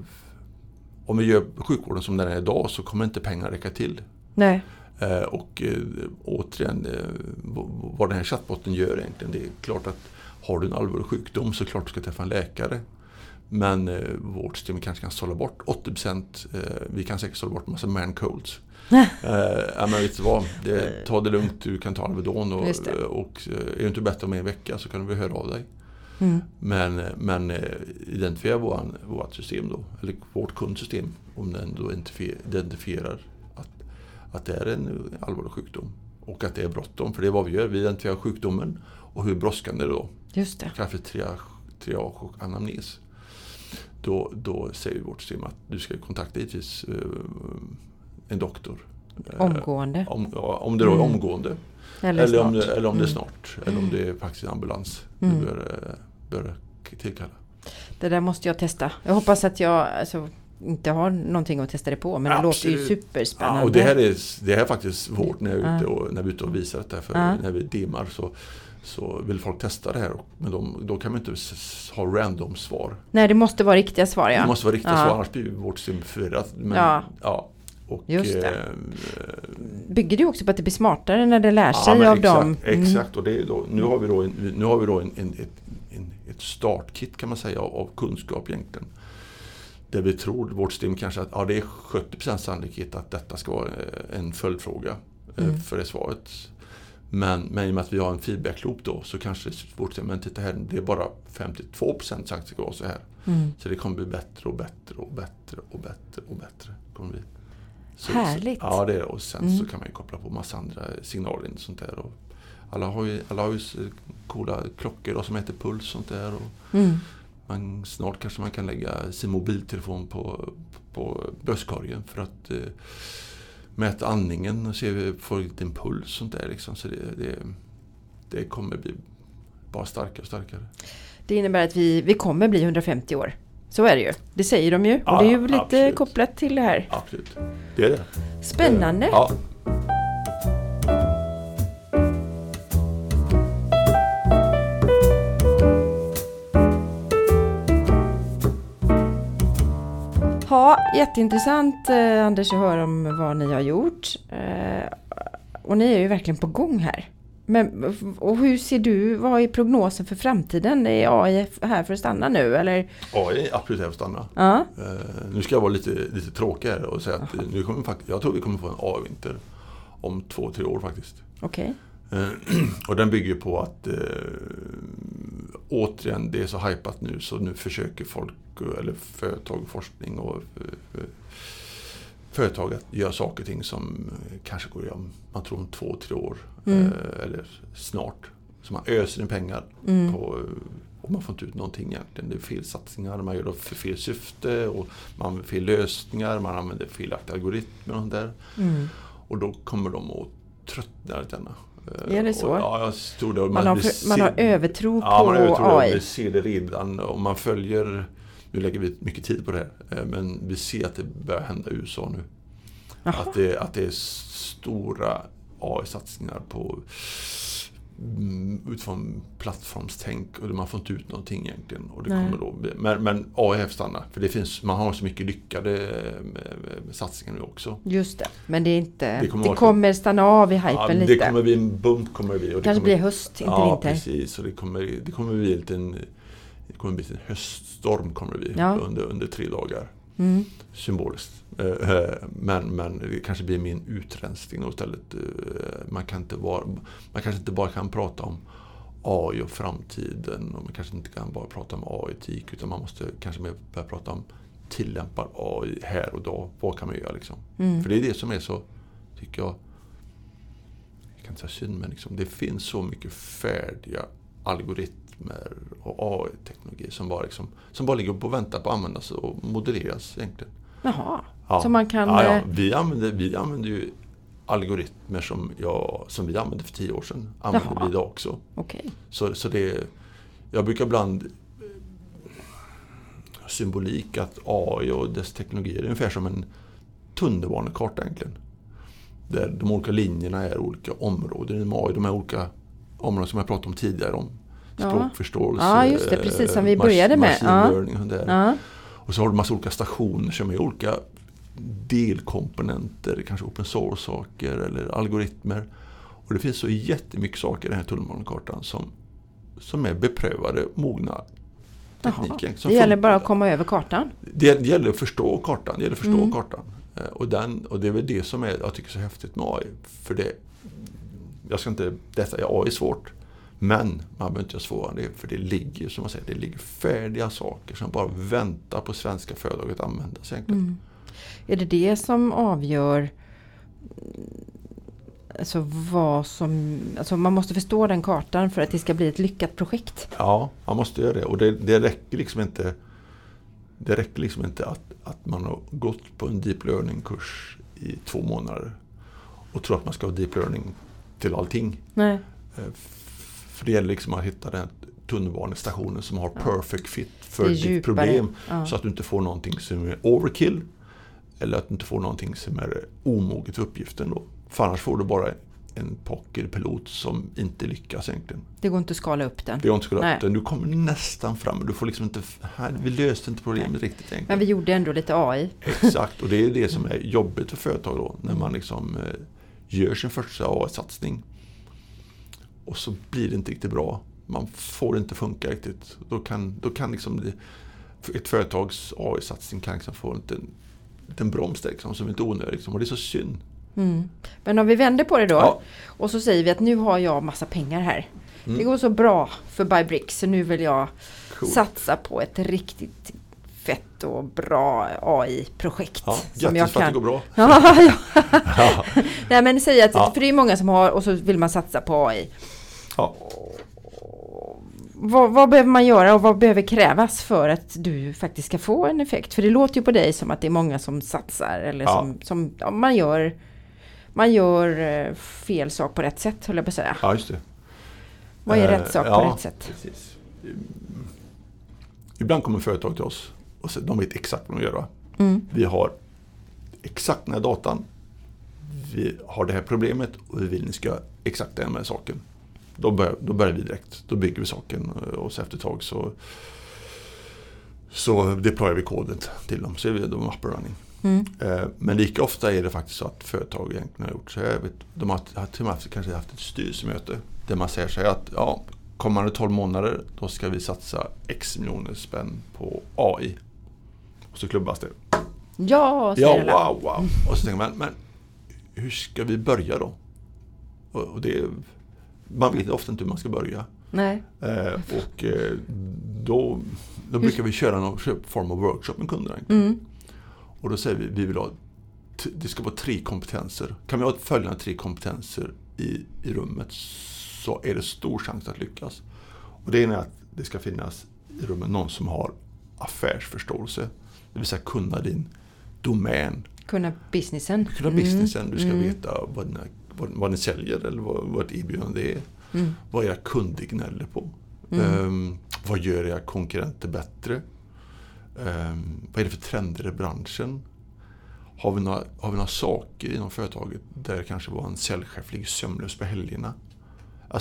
om vi gör sjukvården som den är idag så kommer inte pengar räcka till. Nej. Eh, och eh, återigen eh, vad den här chattbotten gör egentligen, det är klart att har du en allvarlig sjukdom så är det klart du ska träffa en läkare. Men eh, vårt system kanske kan sålla bort åttio procent. Eh, vi kan säkert sålla bort en massa man colds. eh, ja, men vet du vad? Det, ta det lugnt, du kan ta Alvedon och, och är du inte bättre om en vecka så kan du väl höra av dig. Mm. Men, men eh, identifiera våran, vårt system då, eller vårt kundsystem, om den då identifierar att, att det är en allvarlig sjukdom och att det är bråttom, för det är vad vi gör, vi identifierar sjukdomen och hur brådskande då. Just det. Kanske triage, triage och anamnes. Då, då säger vårt system att du ska kontakta givetvis uh, en doktor. Omgående. Uh, om, ja, om det då är Mm. omgående. Eller, Eller om, snart. det, eller om det är Mm. snart. Eller om det är faktiskt en ambulans. Mm. Du bör, bör tillkalla. Det där måste jag testa. Jag hoppas att jag alltså, inte har någonting att testa det på. Men det Absolut. låter ju superspännande. Ja, och det här är, det här är faktiskt svårt när, jag är Ja. ute och, när vi är ute och visar detta. För Ja. när vi demar så, så vill folk testa det här. Men de, då kan man inte ha random svar. Nej, det måste vara riktiga svar, ja. Det måste vara riktiga Ja. svar, annars blir vårt system förvirrat. Men, Ja. ja. Och, Just det. Eh, Bygger det också på att det blir smartare när det lär sig men av exakt, dem? Mm. Exakt, och det är då, nu har vi då, en, nu har vi då en, en, ett, en, ett startkit kan man säga av, av kunskap egentligen. Där vi tror, vårt system kanske att ja, det är sjuttio procent sannolikhet att detta ska vara en följdfråga eh, Mm. för det svaret. Men, men i och med att vi har en feedback-loop då så kanske vårt system, men titta här, det är bara femtiotvå procent sagt att det ska vara så här. Mm. Så det kommer bli bättre och bättre och bättre och bättre och bättre. Kommer bli. Så, Härligt. Så, ja, det är det. Och sen Mm. så kan man ju koppla på massa andra signaler och sånt där. Och alla har ju, alla har ju coola klockor då, som heter puls och sånt där. Och Mm. man, snart kanske man kan lägga sin mobiltelefon på, på bröstkorgen för att eh, mäta andningen och se få lite puls och sånt där. Liksom. Så det, det, det kommer bli bara starkare och starkare. Det innebär att vi, vi kommer bli hundrafemtio år. Så är det ju. Det säger de ju. Ja, och det är ju lite absolut. kopplat till det här. Absolut. Det är det. Spännande. Ja. Ja, jätteintressant eh, Anders att höra om vad ni har gjort. Eh, och ni är ju verkligen på gång här. Men, och hur ser du, vad är prognosen för framtiden? Är A I här för att stanna nu? Eller? A I är absolut här för att stanna. Ja. Uh, nu ska jag vara lite, lite tråkig här och säga att nu kommer faktiskt, jag tror vi kommer få en A I-vinter om två, tre år faktiskt. Okej. Uh, och den bygger på att uh, återigen, det är så hypat nu så nu försöker folk, eller företag, forskning och uh, företag att göra saker och ting som kanske går om, man tror om två, tre år Mm. uh, eller snart. Så man öser in pengar Mm. på, och man får inte ut någonting egentligen. Det är fel satsningar, man gör det för fel syfte och man använder fel lösningar, man använder felaktiga algoritmer och sånt där. Mm. Och då kommer de att tröttna lite denna. Är det så? Och, ja, jag tror det. Man, Man har, vi för, man har ser, övertro ja, på man har övertro, A I. vi ser det redan och man följer, nu lägger vi mycket tid på det här, men vi ser att det börjar hända i U S A nu. Att det, att det är stora A I-satsningar på utifrån plattformstänk och man får inte ut någonting egentligen. Och det kommer då, men, men A I stannar, för det finns, man har så mycket lyckade med, med satsningar nu också. Just det, men det är inte, det kommer, det kommer stanna av i hypen ja, lite. Det kommer bli en bump, kommer det bli. Och det kanske kommer, blir höst, inte ja, vinter. Ja, precis. Och det kommer, det kommer bli en liten, det kommer bli en höststorm kommer det bli ja. under, under tre dagar. Mm. Symboliskt. Men, men det kanske blir min utrensning istället. Man, kan inte bara, man kanske inte bara kan prata om A I och framtiden, och man kanske inte kan bara prata om A I-etik, utan man måste kanske mer börja prata om tillämpar A I här och då. Vad kan man göra liksom? Mm. För det är det som är så, tycker jag, jag kan inte säga synd, men liksom, det finns så mycket färdiga algoritmer och A I-teknologi som bara, liksom, som bara ligger på och väntar på att användas och modelleras egentligen. Jaha, ja. så man kan... Ja, ja. Vi, använder, vi använder ju algoritmer som, jag, som vi använde för tio år sedan. Använder Jaha. vi idag också. Okay. Så, så det, jag brukar ibland symbolik att A I och dess teknologi är ungefär som en tunnelbanekarta egentligen. Där de olika linjerna är olika områden inom A I. De här olika områden som jag pratade om tidigare om. Ja. Språkförståelse. Ja, just det. Precis som vi började med. Maskinlearning och där. Ja. Och så har du en massa olika stationer som är olika delkomponenter, kanske open source-saker eller algoritmer. Och det finns så jättemycket saker i den här tunnelbanekartan som, som är beprövade, mogna tekniken. Det gäller bara att komma över kartan. Det, det gäller att förstå kartan. Det gäller att förstå mm. kartan. Och, den, och det är väl det som är, jag tycker är så häftigt med A I. För det, jag ska inte, detta är A I svårt. Men man behöver inte göra svårare det, för det ligger, som man säger, det ligger färdiga saker som bara väntar på svenska företag att användas egentligen. Mm. Är det det som avgör alltså vad som, alltså man måste förstå den kartan för att det ska bli ett lyckat projekt? Ja, man måste göra det. Och det, det räcker liksom inte det räcker liksom inte att, att man har gått på en deep learning-kurs i två månader och tror att man ska ha deep learning till allting. Nej. För det gäller liksom att hitta den tunnelbanestationen som har ja. perfect fit för ditt problem. Ja. Så att du inte får någonting som är overkill eller att du inte får någonting som är omoget för uppgiften då. För annars får du bara en pokerpilot som inte lyckas egentligen. Det går inte att skala upp den. Det går inte att skala upp den. Du kommer nästan fram. Du får liksom inte, här, vi löste inte problemet Nej. riktigt egentligen. Men vi gjorde ändå lite A I. Exakt, och det är det som är jobbigt för företag då. När man liksom eh, gör sin första A I-satsning och så blir det inte riktigt bra. Man får det inte funka riktigt. Då kan, då kan liksom det, ett företags A I-satsning kan liksom få en liten, liten broms liksom, som är inte onödig. Liksom, och det är så synd. Mm. Men om vi vänder på det då ja. och så säger vi att nu har jag massa pengar här. Mm. Det går så bra för Bybricks så nu vill jag cool. satsa på ett riktigt fett och bra A I-projekt. Ja, som jag för kan. att det går bra. ja, ja. ja. Nej, men säg att, ja. för det är många som har och så vill man satsa på A I. Ja. Vad, vad behöver man göra och vad behöver krävas för att du faktiskt ska få en effekt? För det låter ju på dig som att det är många som satsar eller ja. som, som ja, man gör man gör fel sak på rätt sätt, höll jag på att säga. Ja, just det. Vad är uh, rätt sak ja, på rätt sätt? Precis. Ibland kommer företag till oss och så, de vet exakt vad de gör. Mm. Vi har exakt den här datan. Vi har det här problemet och vi vill att ni ska exakt den med saken. Då börjar, då börjar vi direkt. Då bygger vi saken och så efter ett tag så, så deployar vi koden till dem. Så är vi de up and running. Mm. Men lika ofta är det faktiskt så att företag egentligen har gjort så här. De har, har till och med kanske haft ett styrelsemöte där man säger så här att ja, kommande tolv månader då ska vi satsa x miljoner spänn på A I. Och så klubbas det. Ja, ja wow, wow. Och så tänker man, men hur ska vi börja då? Och, och det, man vet ofta inte hur man ska börja. Nej. Eh, och eh, då, då brukar vi köra någon form av workshop med kunderna. Mm. Och då säger vi, vi vill ha, det ska vara tre kompetenser. Kan vi ha följande tre kompetenser i, i rummet så är det stor chans att lyckas. Och det ena är att det ska finnas i rummet någon som har affärsförståelse. Det vill säga kunna din domän. Kunna businessen. Kunna businessen. Mm. Du ska mm. veta vad, dina, vad, vad ni säljer eller vad, vad ett erbjudande är. Mm. Vad era kunder gnäller på. Mm. Um, vad gör era konkurrenter bättre? Um, vad är det för trender i branschen? Har vi några, har vi några saker inom företaget där kanske var en säljchef ligger sömnlös på helgerna? Alltså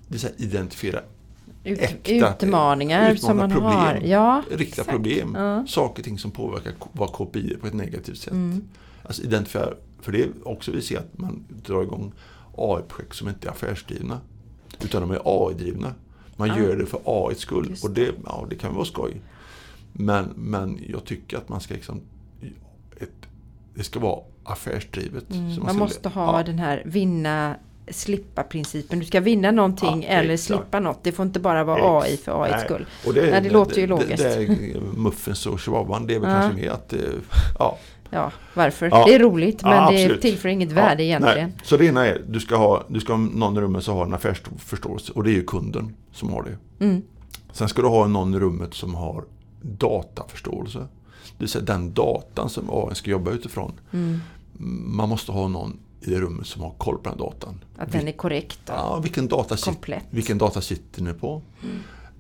det är så här, identifiera Ut, äkta utmaningar som man problem, har. Ja, riktiga exakt. problem. Ja. Saker och ting som påverkar vad K P I på ett negativt sätt. Mm. Alltså identifiera, för det är också vi ser att man drar igång A I-projekt som inte är affärsdrivna. Utan de är A I-drivna. Man Ah. gör det för A I:s skull. Just Och det, ja, det kan vara skoj. Men, men jag tycker att man ska liksom, ett, det ska vara affärsdrivet. Mm. Så Man, ska, måste ha ja, den här vinna slippa principen. Du ska vinna någonting Ja, eller exakt. slippa något. Det får inte bara vara A I för A I:s Nej. skull. Och det, Nej, det låter ju logiskt. Det, det är muffins och chihuahuan, det är väl Ja. kanske mer att, eh, ja. Ja, varför? Ja. Det är roligt men Ja, det absolut. tillför inget värde Ja, egentligen. nej. Så det ena är, du ska ha, du ska ha någon i rummet som har en affärsförståelse, och det är ju kunden som har det. Mm. Sen ska du ha någon i rummet som har dataförståelse. Det vill säga den datan som A I ska jobba utifrån. Mm. Man måste ha någon i det rummet som har koll på den datan. Att den är korrekt och Ja, vilken data, sit, komplett. vilken data sitter ni på? Mm.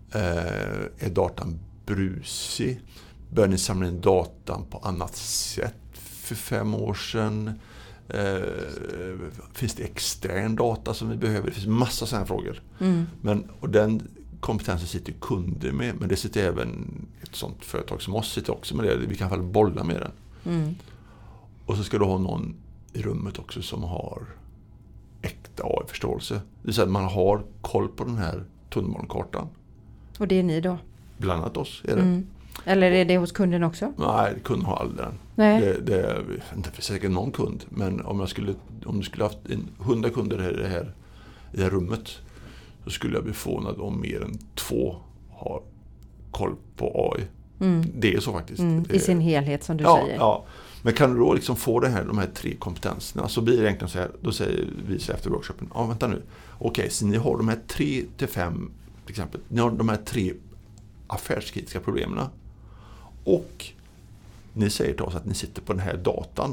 Eh, är datan brusig? Bör ni samla in datan på annat sätt för fem år sedan? Eh, finns det extern data som vi behöver? Det finns massa sådana frågor. Mm. Men, och den kompetensen sitter kunder med, men det sitter även ett sånt företag som oss sitter också med det. Vi kan i alla fall bolla med den. Mm. Och så ska du ha någon i rummet också som har äkta A I-förståelse. Det vill säga att man har koll på den här tunnelbanekartan. Och det är ni då? Bland annat oss är det. Mm. Eller är det hos kunden också? Nej, kunden har aldrig den. Nej. Det, det är inte för säkert någon kund, men om jag skulle, om du skulle haft en hundra kunder här i det här, i det här rummet, så skulle jag bli förvånad om mer än två har koll på A I. Mm. Det är så faktiskt. Mm. Det I är, sin helhet som du ja, säger. ja. Men kan du då liksom få det här, de här tre kompetenserna, så blir det egentligen så här, då säger vi så efter workshopen, ja vänta nu, okej, så ni har de här tre till fem, till exempel, ni har de här tre affärskritiska problemen, och ni säger till oss att ni sitter på den här datan.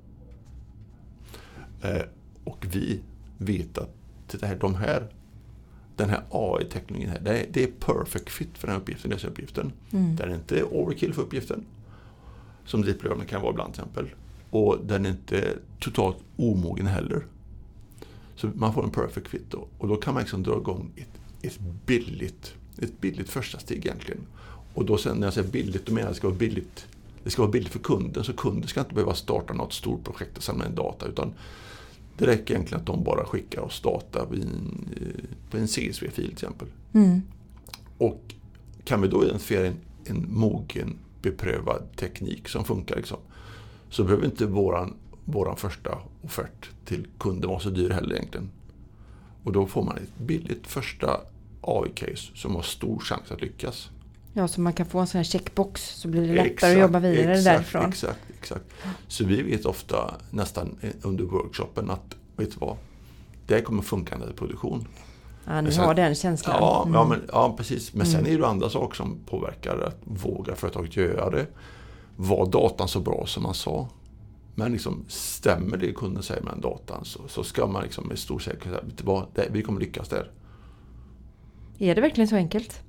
Eh, och vi vet att det här, de här, den här A I-teknologin här, det är, det är perfect fit för den här uppgiften, den här uppgiften. Mm. Det är inte overkill för uppgiften, som deep-learning kan vara ibland till exempel. Och den är inte totalt omogen heller. Så man får en perfect fit då. Och då kan man liksom dra igång ett, ett billigt ett billigt första steg egentligen. Och då sen när jag säger billigt, då menar jag att det ska vara billigt. Det ska vara billigt för kunden, så kunden ska inte behöva starta något stort projekt och samla in data, utan det räcker egentligen att de bara skickar oss data på en, på en C S V-fil till exempel. Mm. Och kan vi då identifiera en, en mogen, beprövad teknik som funkar liksom, så behöver inte våran, våran första offert till kunden vara så dyr heller egentligen. Och då får man ett billigt första A I-case som har stor chans att lyckas. Ja, så man kan få en sån här checkbox så blir det lättare Exakt, att jobba vidare exakt, därifrån. Exakt, exakt. Så vi vet ofta nästan under workshopen att, vet du vad, det kommer funka när det är produktion. Ja, ni sen, har den känslan. Ja, Mm. ja, men, ja precis. Men Mm. sen är det andra saker som påverkar att våga företaget göra det. Var datan så bra som man sa? Men liksom, stämmer det kunden säger med den datan, så, så ska man liksom med stor säkerhet säga, vet du vad, det, vi kommer lyckas där. Är det verkligen så enkelt?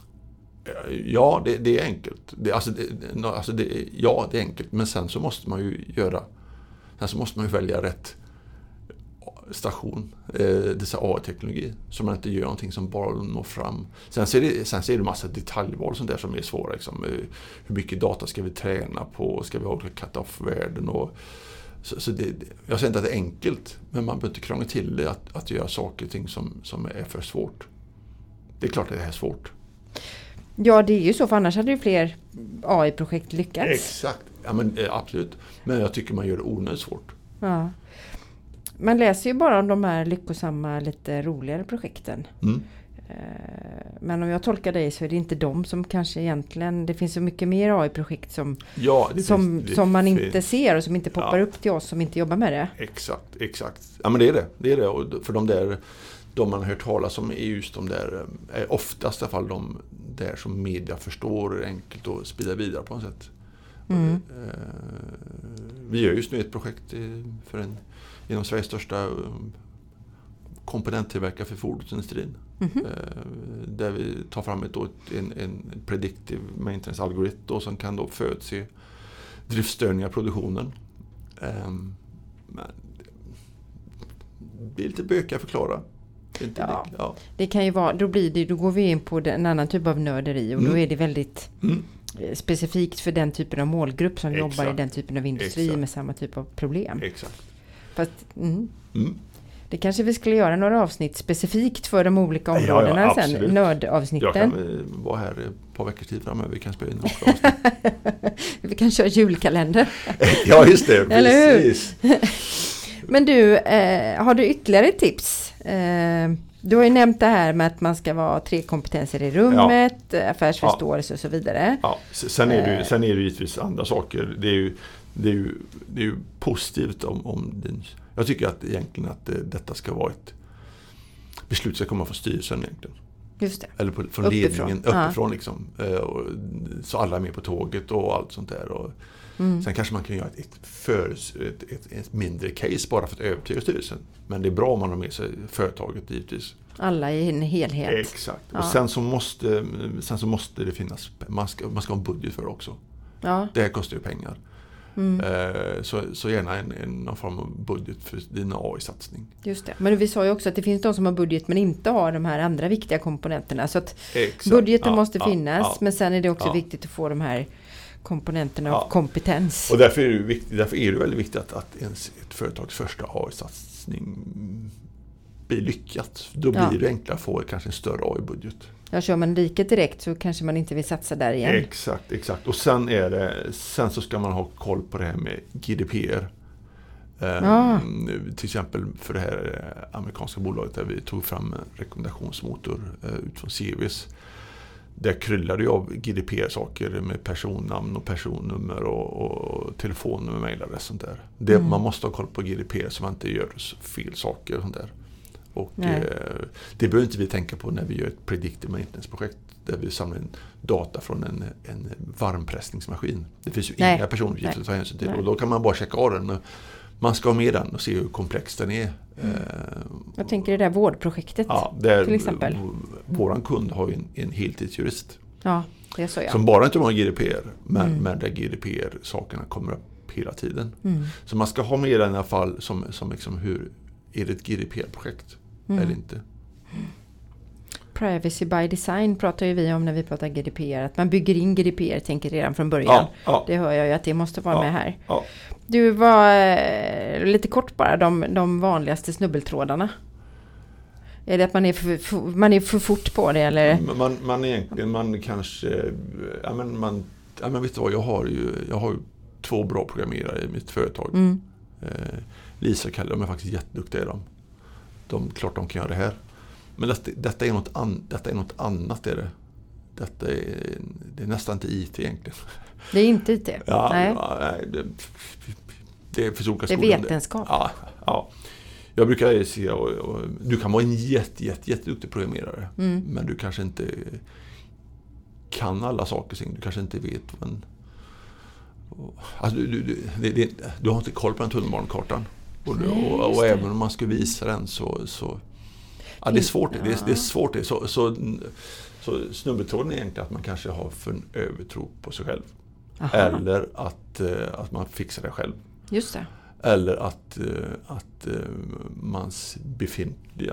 Ja, det, det är enkelt. Det, alltså det, alltså det, ja, det är enkelt. Men sen så måste man ju göra, sen så måste man ju välja rätt station, eh, dessa A I-teknologi, så man inte gör någonting som bara når fram. Sen ser det, sen ser det massa detaljval sånt där som är svåra. Liksom. Hur mycket data ska vi träna på? Ska vi ha olika cut-off-värden? Och, så, så det, jag säger inte att det är enkelt, men man behöver inte krångla till det att, att göra saker och ting som, som är för svårt. Det är klart att det är svårt. Ja, det är ju så, för annars hade ju fler A I-projekt lyckats. Exakt, ja, men, absolut. Men jag tycker man gör det onödigt svårt. Ja. Man läser ju bara om de här lyckosamma, lite roligare projekten. Mm. Men om jag tolkar dig så är det inte de som kanske egentligen, det finns så mycket mer A I-projekt som, ja, det som, finns, det som man finns. inte ser och som inte poppar Ja. upp till oss som inte jobbar med det. Exakt, exakt. Ja, men det är det. Det är det. Och för de där, de man har hört talas om är just de där, är oftast i alla fall de där som media förstår enkelt och sprida vidare på något sätt. Mm. Vi gör just nu ett projekt för en, inom Sveriges största komponenttillverkare för fordonsindustrin. Mm-hmm. Där vi tar fram ett, en, en predictive maintenance-algoritm som kan då förutse driftstörningar i produktionen. Men det blir lite bökiga att förklara. Inte Ja. det, ja. Det kan ju vara, då blir det, då går vi in på en annan typ av nörderi och Mm. då är det väldigt Mm. eh, specifikt för den typen av målgrupp som Exakt. jobbar i den typen av industri Exakt. med samma typ av problem. Exakt. Fast, mm, Mm. det kanske vi skulle göra några avsnitt specifikt för de olika Ja, ja, områdena sen, absolut. Jag nördavsnitten. kan eh, vara här ett par veckors tid framöver. Vi kan spela in några avsnitt. Vi kan köra julkalender. Ja, just det. Eller hur? Precis. Men du, eh, har du ytterligare tips? Eh, du har ju nämnt det här med att man ska vara tre kompetenser i rummet, ja. affärsförståelse och så vidare. Ja, sen är det ju, sen är det givetvis andra saker. Det är ju, det är ju, det är ju positivt om, om din... Jag tycker att egentligen att det, detta ska vara ett beslut ska komma från styrelsen egentligen. Just det. Eller på, från Uppifrån. ledningen, Ja. uppifrån liksom. Eh, och, så alla är med på tåget och allt sånt där. Och Mm. sen kanske man kan göra ett, ett, för, ett, ett, ett mindre case bara för att övertyga styrelsen. Men det är bra om man har med sig företaget givetvis. Alla i en helhet. Exakt. Ja. Och sen så, måste, sen så måste det finnas, man ska, man ska ha en budget för det också. Ja. Det här kostar ju pengar. Mm. Eh, så, så gärna en, en, någon form av budget för din A I-satsning. Just det. Men vi sa ju också att det finns de som har budget men inte har de här andra viktiga komponenterna. Så att Exakt. budgeten Ja, måste ja, finnas, ja. men sen är det också Ja. viktigt att få de här komponenterna Ja. av kompetens. Och därför är det, viktigt, därför är det väldigt viktigt att, att ens ett företags första A I-satsning blir lyckat. Då blir Ja. det enklare att få kanske en större A I-budget. Ja, kör man riket direkt så kanske man inte vill satsa där igen. Exakt, exakt. Och sen, är det, sen så ska man ha koll på det här med G D P R. Ja. Um, till exempel för det här amerikanska bolaget där vi tog fram en rekommendationsmotor uh, utifrån C V S. Där kryllade ju av G D P R-saker med personnamn och personnummer och, och telefonnummer, mejladress och sånt där. Det, Mm. Man måste ha koll på G D P R så man inte gör fel saker och sånt där. Och Nej. eh, det behöver inte vi tänka på när vi gör ett predictive maintenance-projekt där vi samlar in data från en, en varmpressningsmaskin. Det finns ju Nej. inga personuppgifter att ta hänsyn till. Nej. Och då kan man bara checka av den. Men man ska ha med den och se hur komplex den är. Mm. Eh, Jag tänker det där vårdprojektet. ja, där till exempel. v- våran kund har ju en, en heltidsjurist. Ja, det är så ja. Som bara inte har G D P R, men, Mm. men där G D P R-sakerna kommer upp hela tiden. Mm. Så man ska ha med den i alla fall som, som liksom hur, är det ett G D P R-projekt Mm. eller inte? Privacy by design pratar ju vi om när vi pratar G D P R. Att man bygger in G D P R, tänker redan från början. Ja, ja, Det hör jag ju att det måste vara Ja. med här. ja. Du, var eh, lite kort bara, de, de vanligaste snubbeltrådarna. Är det att man är för, för, man är för fort på det eller? Man, man egentligen, man kanske, ja men man, ja men vet du vad, jag har ju, jag har ju två bra programmerare i mitt företag. Mm. Eh, Lisa och Kalle, de är faktiskt jätteduktiga i dem. De, klart de kan göra det här. Men detta, detta, är, något an, detta är något annat. Är det. Detta är, det är nästan inte I T egentligen. Det är inte I T? Ja, Nej. ja, nej, det, det är för olika Det är skolor. vetenskap. Ja, ja. Jag brukar säga, och, och, du kan vara en jätte, jätte, jätteduktig programmerare. Mm. Men du kanske inte kan alla saker. Du kanske inte vet. Men, alltså, du, du, det, det, du har inte koll på den tunnelbanekartan. Och, Nej, och, och, just och det. även om man ska visa den så... så ja, det är svårt. Det, är, det är svårt det. Så, så, så snubbeltråden är egentligen att man kanske har för en övertro på sig själv. Aha. Eller att, att man fixar det själv. Just det. Eller att, att mans befintliga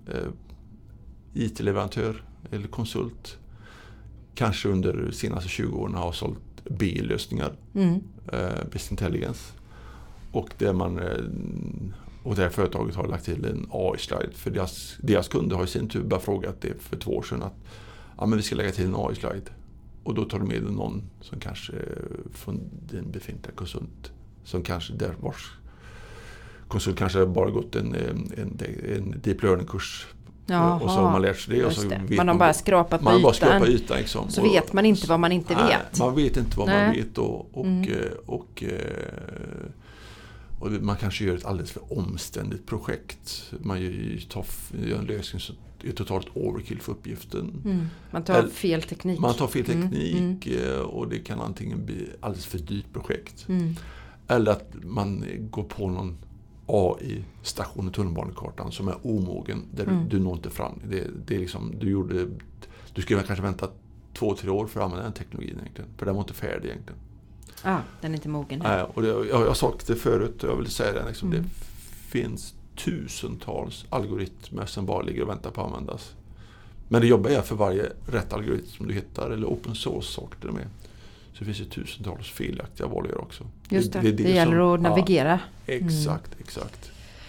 I T-leverantör eller konsult kanske under de senaste tjugo åren har sålt B-lösningar, Mm. Business Intelligence, och där man och det här företaget har lagt till en A I-slide för deras, deras kunder har i sin tur bara frågat det för två år sedan att ja, men vi ska lägga till en A I-slide, och då tar du med någon som kanske från din befintliga konsult som kanske där vars konsult kanske bara gått en, en, en deep learning-kurs. Jaha. Och så har man lärt sig det. Och så det. vet man har bara skrapat på man ytan. bara skrapat ytan liksom. Så och, vet man inte vad man inte nej, vet. Man vet inte vad Nej. man vet. Och, och, Mm. och, och, och man kanske gör ett alldeles för omständigt projekt. Man gör, tar, gör en lösning som är totalt overkill för uppgiften. Mm. Man tar Eller- fel teknik. Man tar fel Mm, teknik och det kan antingen bli alldeles för dyrt projekt. Mm. Eller att man går på någon A I-station i tunnelbanekartan som är omogen, där Mm. du, du når inte fram. Det, det är liksom, du, gjorde, du skulle kanske vänta två, tre år för att använda den teknologin egentligen. För den var inte färdig egentligen. Ah, den är inte mogen. Äh, och det, jag, jag har sagt det förut och jag vill säga det. Liksom, Mm. Det finns tusentals algoritmer som bara ligger och väntar på att användas. Men det jobbar jag för varje rätt algoritm som du hittar, eller open source-saker till och med. Så det finns ju tusentals felaktiga val också. Just det, det, det, det gäller som, att navigera. Ja, exakt, mm. exakt.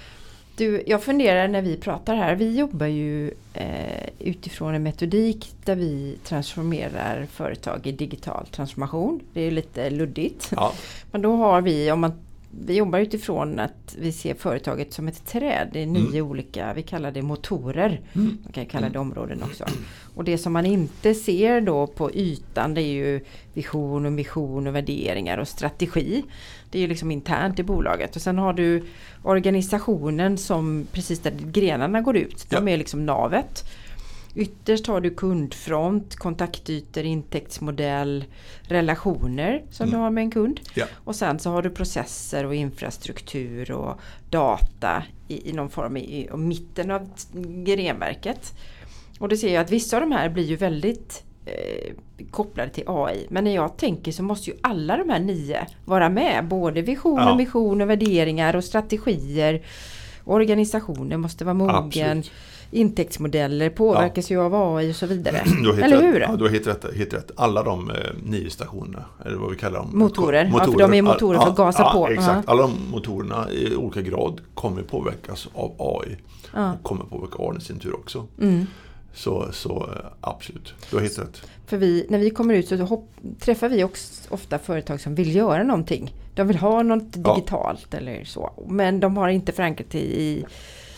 Du, jag funderar när vi pratar här, vi jobbar ju eh, utifrån en metodik där vi transformerar företag i digital transformation. Det är lite luddigt. Ja. Men då har vi, om man Vi jobbar utifrån att vi ser företaget som ett träd. Det är nio mm. olika, vi kallar det motorer. Mm. Man kan kalla det områden också. Och det som man inte ser då på ytan, det är ju vision och mission och värderingar och strategi. Det är ju liksom internt i bolaget. Och sen har du organisationen som precis där grenarna går ut. De ja. är liksom navet. Ytterst har du kundfront, kontaktytor, intäktsmodell, relationer som mm. du har med en kund. Ja. Och sen så har du processer och infrastruktur och data i, i någon form i, i mitten av grenverket. Och det ser jag att vissa av de här blir ju väldigt eh, kopplade till A I. Men när jag tänker så måste ju alla de här nio vara med. Både vision, ja. mission och värderingar och strategier. Organisationer måste vara mogen. Absolut. Intäktsmodeller påverkas ja. ju av A I och så vidare. Eller hur? Ja, du har helt rätt, helt rätt. Alla de eh, nio stationerna, eller vad vi kallar dem. Motorer, motorer. Ja, för de är motorer för att gasa ja, på. Exakt, uh-huh. alla de motorerna i olika grad kommer påverkas av A I. Uh. Och kommer påverka A I i sin tur också. Mm. Så, så absolut, du har helt rätt. För vi, när vi kommer ut så hopp, träffar vi också ofta företag som vill göra någonting. De vill ha något digitalt ja. eller så. Men de har inte förankrat i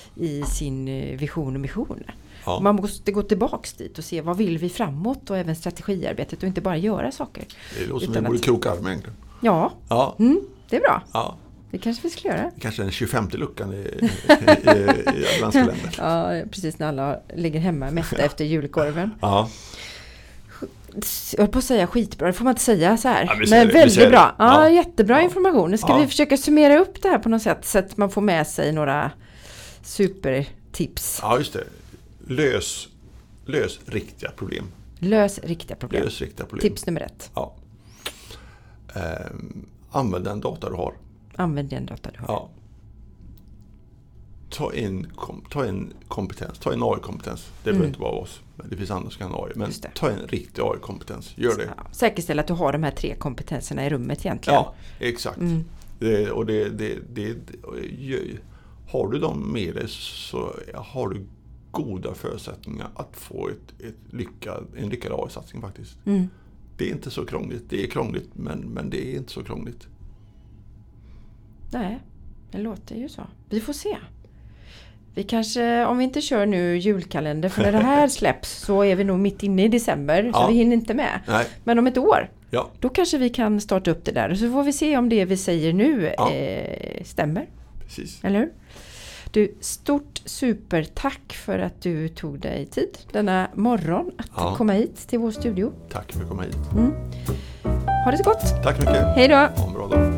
i sin vision och mission. Ja. Man måste gå tillbaks dit och se vad vill vi framåt och även strategiarbetet och inte bara göra saker. Det låter som vi borde kroka arm egentligen. Ja, ja. Mm, det är bra. Ja. Det kanske vi ska göra. Det kanske är den tjugofemte luckan i, i, i, i landskalendern. Ja, precis när alla ligger hemma mätta efter julkorven. Ja. Jag höll på att säga skitbra, det får man inte säga så här. Ja, men det, väldigt bra. Ja, ja, jättebra ja. information. Nu ska ja. vi försöka summera upp det här på något sätt så att man får med sig några supertips. Ja, just det. Lös, lös riktiga problem. Lös riktiga problem. Lös riktiga problem. Tips nummer ett. Ja. Um, använd den data du har. Använd den data du har. Ja. Ta in, kom, ta in kompetens. Ta in A I-kompetens. Det behöver mm. inte vara av oss. Men det finns andra som kan ha A I. Men ta in riktig A I-kompetens. Gör det. Ja. Säkerställ att du har de här tre kompetenserna i rummet egentligen. Ja, exakt. Mm. Det, och det, det, det, det har du dem med dig så har du goda förutsättningar att få ett, ett lyckad, en lyckad A I-satsning faktiskt. Mm. Det är inte så krångligt. Det är krångligt men, men det är inte så krångligt. Nej, det låter ju så. Vi får se. Vi kanske, om vi inte kör nu julkalender för när det här släpps så är vi nog mitt inne i december ja. så vi hinner inte med. Nej. Men om ett år, ja. då kanske vi kan starta upp det där. Så får vi se om det vi säger nu ja. eh, stämmer. Precis. Eller hur? Du, stort supertack för att du tog dig tid denna morgon att ja. komma hit till vår studio. Tack för att komma hit. Mm. Ha det så gott. Tack mycket. Hej då. Ha en bra dag.